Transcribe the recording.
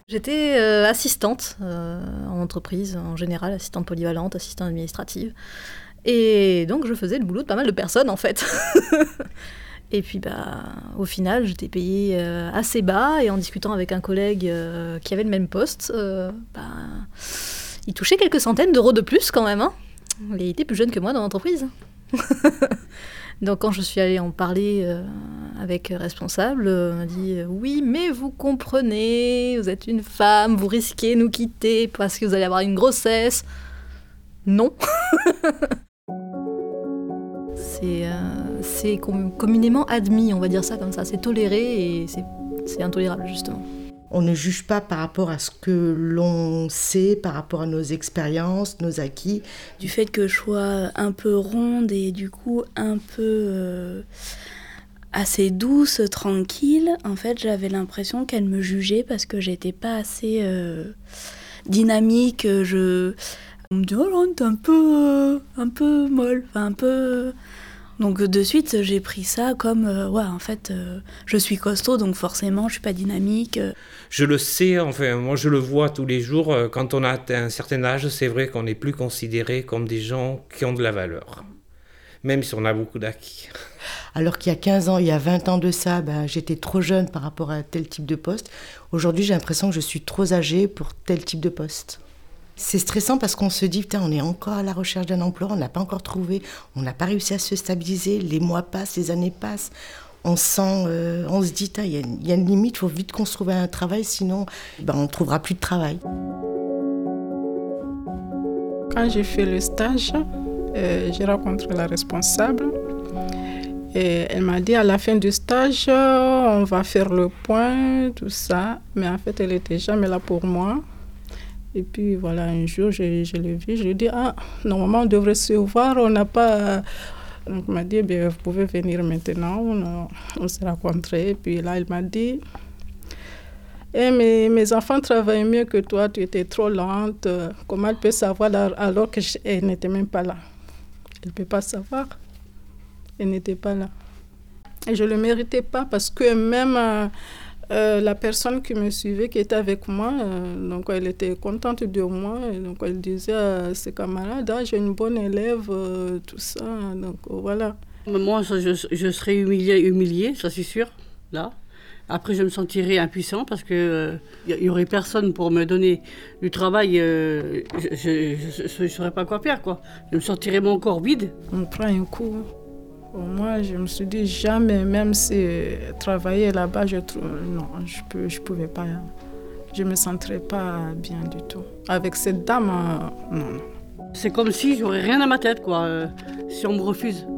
J'étais assistante en entreprise, en général, assistante polyvalente, assistante administrative. Et donc, je faisais le boulot de pas mal de personnes, en fait. Et puis, au final, j'étais payée assez bas. Et en discutant avec un collègue qui avait le même poste, il touchait quelques centaines d'euros de plus, quand même. Hein. Et il était plus jeune que moi dans l'entreprise. Donc, quand je suis allée en parler avec responsable, on m'a dit « Oui, mais vous comprenez, vous êtes une femme, vous risquez de nous quitter parce que vous allez avoir une grossesse. » Non. C'est communément admis, on va dire ça comme ça. C'est toléré et c'est intolérable, justement. On ne juge pas par rapport à ce que l'on sait, par rapport à nos expériences, nos acquis. Du fait que je sois un peu ronde et du coup un peu assez douce, tranquille, en fait j'avais l'impression qu'elle me jugeait parce que j'étais pas assez dynamique. On me dit « Oh là, t'es un peu molle, enfin un peu... » Donc de suite, j'ai pris ça comme, je suis costaud, donc forcément, je suis pas dynamique. Je le sais, moi je le vois tous les jours, quand on a atteint un certain âge, c'est vrai qu'on n'est plus considéré comme des gens qui ont de la valeur, même si on a beaucoup d'acquis. Alors qu'il y a 15 ans, il y a 20 ans de ça, j'étais trop jeune par rapport à tel type de poste. Aujourd'hui, j'ai l'impression que je suis trop âgée pour tel type de poste. C'est stressant parce qu'on se dit, putain, on est encore à la recherche d'un emploi, on n'a pas encore trouvé, on n'a pas réussi à se stabiliser, les mois passent, les années passent. On se dit, il y a une limite, il faut vite qu'on se trouve un travail, sinon on ne trouvera plus de travail. Quand j'ai fait le stage, j'ai rencontré la responsable. Et elle m'a dit, à la fin du stage, on va faire le point, tout ça. Mais en fait, elle n'était jamais là pour moi. Et puis voilà, un jour, je l'ai vu, je lui ai dit, normalement on devrait se voir, on n'a pas... Donc elle m'a dit, vous pouvez venir maintenant, on s'est rencontrés. Et puis là, elle m'a dit, mes enfants travaillent mieux que toi, tu étais trop lente. Comment elle peut savoir alors qu'elle n'était même pas là? Elle ne peut pas savoir, elle n'était pas là. Et je ne le méritais pas parce que même... la personne qui me suivait, qui était avec moi, donc elle était contente de moi. Et donc elle disait à ses camarades, j'ai une bonne élève, tout ça. Donc voilà. Moi, je serais humiliée, ça c'est sûr, là. Après, je me sentirais impuissant parce qu'il n'y aurait personne pour me donner du travail. Je ne saurais pas quoi faire, quoi. Je me sentirais mon corps vide. On prend un coup. Moi, je me suis dit jamais, même si travailler là-bas, non, je pouvais pas. Je me sentirais pas bien du tout. Avec cette dame, non. C'est comme si j'aurais rien à ma tête, quoi, si on me refuse.